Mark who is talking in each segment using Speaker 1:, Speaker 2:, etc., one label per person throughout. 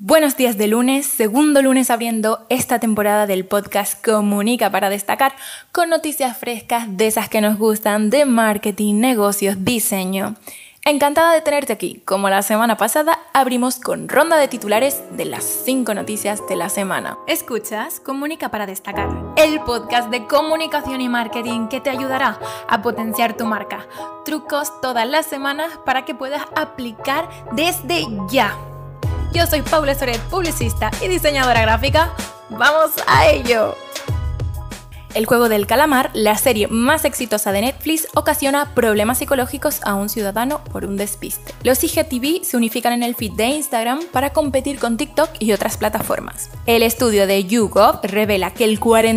Speaker 1: Buenos días de lunes, segundo lunes abriendo esta temporada del podcast Comunica para destacar con noticias frescas de esas que nos gustan de marketing, negocios, diseño. Encantada de tenerte aquí. Como la semana pasada, abrimos con ronda de titulares de las 5 noticias de la semana. Escuchas Comunica para destacar, el podcast de comunicación y marketing que te ayudará a potenciar tu marca. Trucos todas las semanas para que puedas aplicar desde ya. Yo soy Paula Soret, publicista y diseñadora gráfica. ¡Vamos a ello! El juego del calamar, la serie más exitosa de Netflix, ocasiona problemas psicológicos a un ciudadano por un despiste. Los IGTV se unifican en el feed de Instagram para competir con TikTok y otras plataformas. El estudio de YouGov revela que el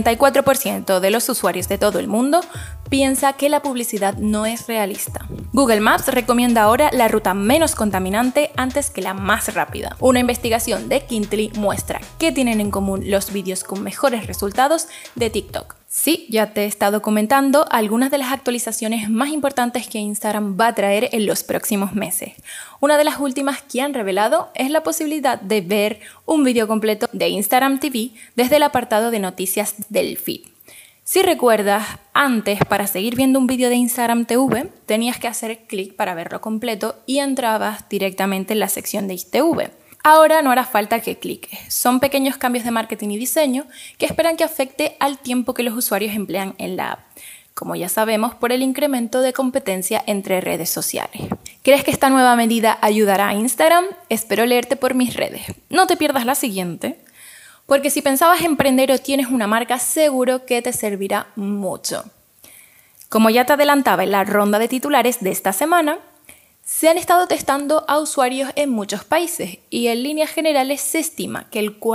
Speaker 1: 44% de los usuarios de todo el mundo piensa que la publicidad no es realista. Google Maps recomienda ahora la ruta menos contaminante antes que la más rápida. Una investigación de Quintly muestra qué tienen en común los vídeos con mejores resultados de TikTok. Sí, ya te he estado comentando algunas de las actualizaciones más importantes que Instagram va a traer en los próximos meses. Una de las últimas que han revelado es la posibilidad de ver un vídeo completo de Instagram TV desde el apartado de noticias del feed. Si recuerdas, antes para seguir viendo un vídeo de Instagram TV tenías que hacer clic para verlo completo y entrabas directamente en la sección de IGTV. Ahora no hará falta que cliques. Son pequeños cambios de marketing y diseño que esperan que afecte al tiempo que los usuarios emplean en la app, como ya sabemos por el incremento de competencia entre redes sociales. ¿Crees que esta nueva medida ayudará a Instagram? Espero leerte por mis redes. No te pierdas la siguiente, porque si pensabas emprender o tienes una marca, seguro que te servirá mucho. Como ya te adelantaba en la ronda de titulares de esta semana, se han estado testando a usuarios en muchos países y en líneas generales se estima que el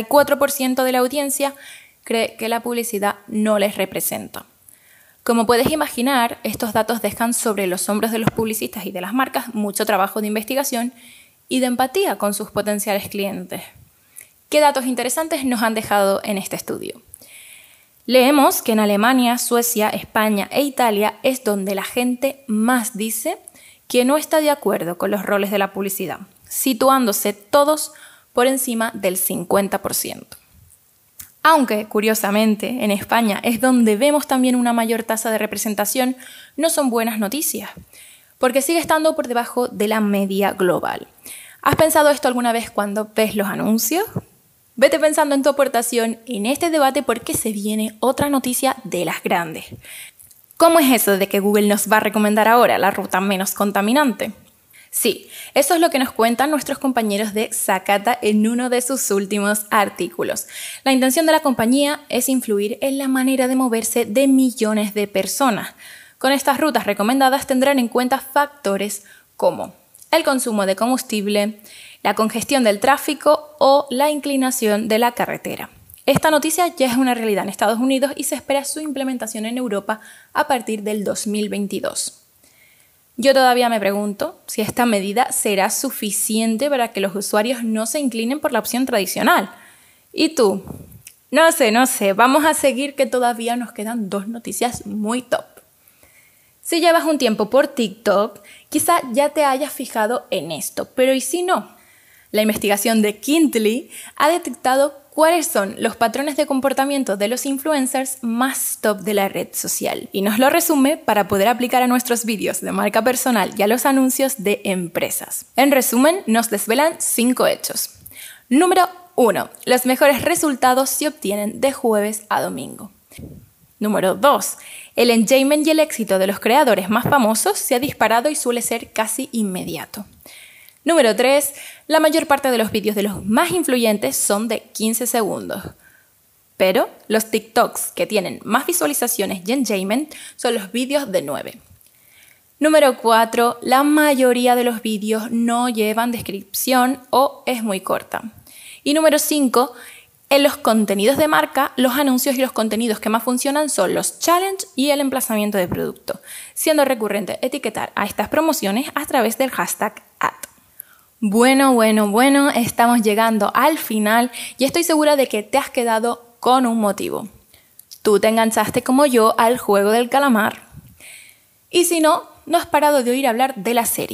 Speaker 1: 44% de la audiencia cree que la publicidad no les representa. Como puedes imaginar, estos datos dejan sobre los hombros de los publicistas y de las marcas mucho trabajo de investigación y de empatía con sus potenciales clientes. ¿Qué datos interesantes nos han dejado en este estudio? Leemos que en Alemania, Suecia, España e Italia es donde la gente más dice que no está de acuerdo con los roles de la publicidad, situándose todos por encima del 50%. Aunque, curiosamente, en España es donde vemos también una mayor tasa de representación, no son buenas noticias, porque sigue estando por debajo de la media global. ¿Has pensado esto alguna vez cuando ves los anuncios? Vete pensando en tu aportación en este debate porque se viene otra noticia de las grandes. ¿Cómo es eso de que Google nos va a recomendar ahora la ruta menos contaminante? Sí, eso es lo que nos cuentan nuestros compañeros de Zacata en uno de sus últimos artículos. La intención de la compañía es influir en la manera de moverse de millones de personas. Con estas rutas recomendadas tendrán en cuenta factores como el consumo de combustible, la congestión del tráfico o la inclinación de la carretera. Esta noticia ya es una realidad en Estados Unidos y se espera su implementación en Europa a partir del 2022. Yo todavía me pregunto si esta medida será suficiente para que los usuarios no se inclinen por la opción tradicional. ¿Y tú? No sé, vamos a seguir que todavía nos quedan 2 noticias muy top. Si llevas un tiempo por TikTok, quizá ya te hayas fijado en esto, pero ¿y si no? La investigación de Quintly ha detectado cuáles son los patrones de comportamiento de los influencers más top de la red social y nos lo resume para poder aplicar a nuestros vídeos de marca personal y a los anuncios de empresas. En resumen, nos desvelan 5 hechos. Número 1. Los mejores resultados se obtienen de jueves a domingo. Número 2. El engagement y el éxito de los creadores más famosos se ha disparado y suele ser casi inmediato. Número 3. La mayor parte de los vídeos de los más influyentes son de 15 segundos. Pero los TikToks que tienen más visualizaciones y engagement son los vídeos de 9. Número 4. La mayoría de los vídeos no llevan descripción o es muy corta. Y número 5. En los contenidos de marca, los anuncios y los contenidos que más funcionan son los challenge y el emplazamiento de producto, siendo recurrente etiquetar a estas promociones a través del hashtag #ad. Bueno, estamos llegando al final y estoy segura de que te has quedado con un motivo. Tú te enganchaste como yo al juego del calamar. Y si no, no has parado de oír hablar de la serie.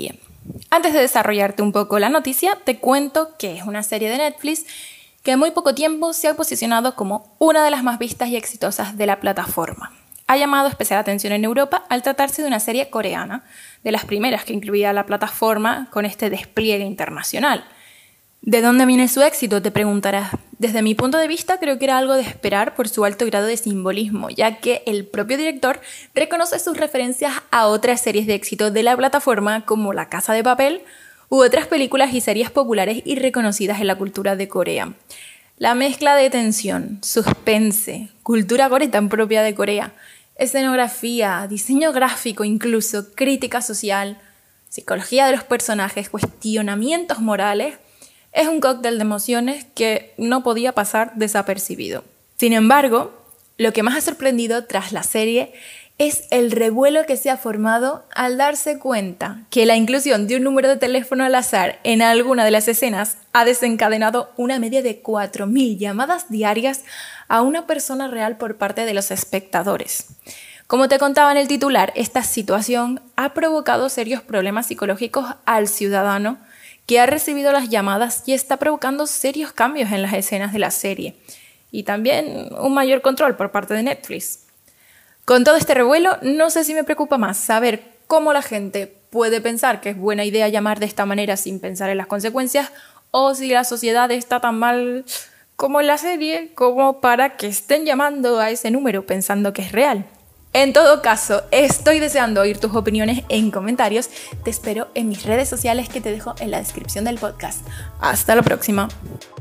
Speaker 1: Antes de desarrollarte un poco la noticia, te cuento que es una serie de Netflix que en muy poco tiempo se ha posicionado como una de las más vistas y exitosas de la plataforma. Ha llamado especial atención en Europa al tratarse de una serie coreana, de las primeras que incluía la plataforma con este despliegue internacional. ¿De dónde viene su éxito?, te preguntarás. Desde mi punto de vista, creo que era algo de esperar por su alto grado de simbolismo, ya que el propio director reconoce sus referencias a otras series de éxito de la plataforma como La Casa de Papel u otras películas y series populares y reconocidas en la cultura de Corea. La mezcla de tensión, suspense, cultura gore tan propia de Corea, escenografía, diseño gráfico incluso, crítica social, psicología de los personajes, cuestionamientos morales, es un cóctel de emociones que no podía pasar desapercibido. Sin embargo, lo que más ha sorprendido tras la serie es el revuelo que se ha formado al darse cuenta que la inclusión de un número de teléfono al azar en alguna de las escenas ha desencadenado una media de 4.000 llamadas diarias a una persona real por parte de los espectadores. Como te contaba en el titular, esta situación ha provocado serios problemas psicológicos al ciudadano que ha recibido las llamadas y está provocando serios cambios en las escenas de la serie y también un mayor control por parte de Netflix. Con todo este revuelo, no sé si me preocupa más saber cómo la gente puede pensar que es buena idea llamar de esta manera sin pensar en las consecuencias o si la sociedad está tan mal como en la serie como para que estén llamando a ese número pensando que es real. En todo caso, estoy deseando oír tus opiniones en comentarios. Te espero en mis redes sociales que te dejo en la descripción del podcast. Hasta la próxima.